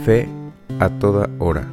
Fe a toda hora.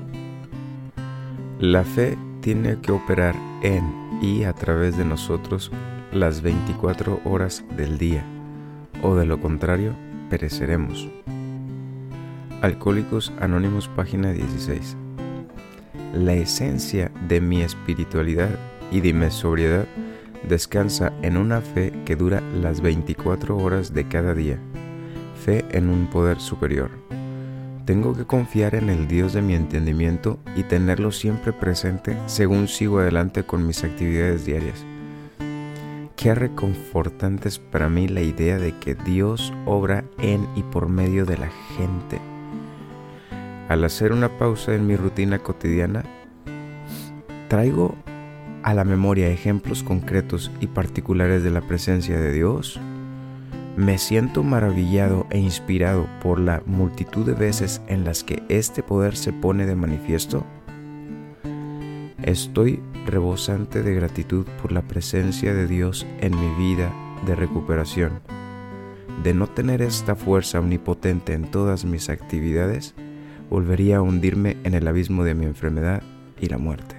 La fe tiene que operar en y a través de nosotros las 24 horas del día, o de lo contrario, pereceremos. Alcohólicos Anónimos, página 16. La esencia de mi espiritualidad y de mi sobriedad descansa en una fe que dura las 24 horas de cada día, fe en un poder superior. Tengo que confiar en el Dios de mi entendimiento y tenerlo siempre presente según sigo adelante con mis actividades diarias. Qué reconfortante es para mí la idea de que Dios obra en y por medio de la gente. Al hacer una pausa en mi rutina cotidiana, traigo a la memoria ejemplos concretos y particulares de la presencia de Dios. Me siento maravillado e inspirado por la multitud de veces en las que este poder se pone de manifiesto. Estoy rebosante de gratitud por la presencia de Dios en mi vida de recuperación. De no tener esta fuerza omnipotente en todas mis actividades, volvería a hundirme en el abismo de mi enfermedad y la muerte.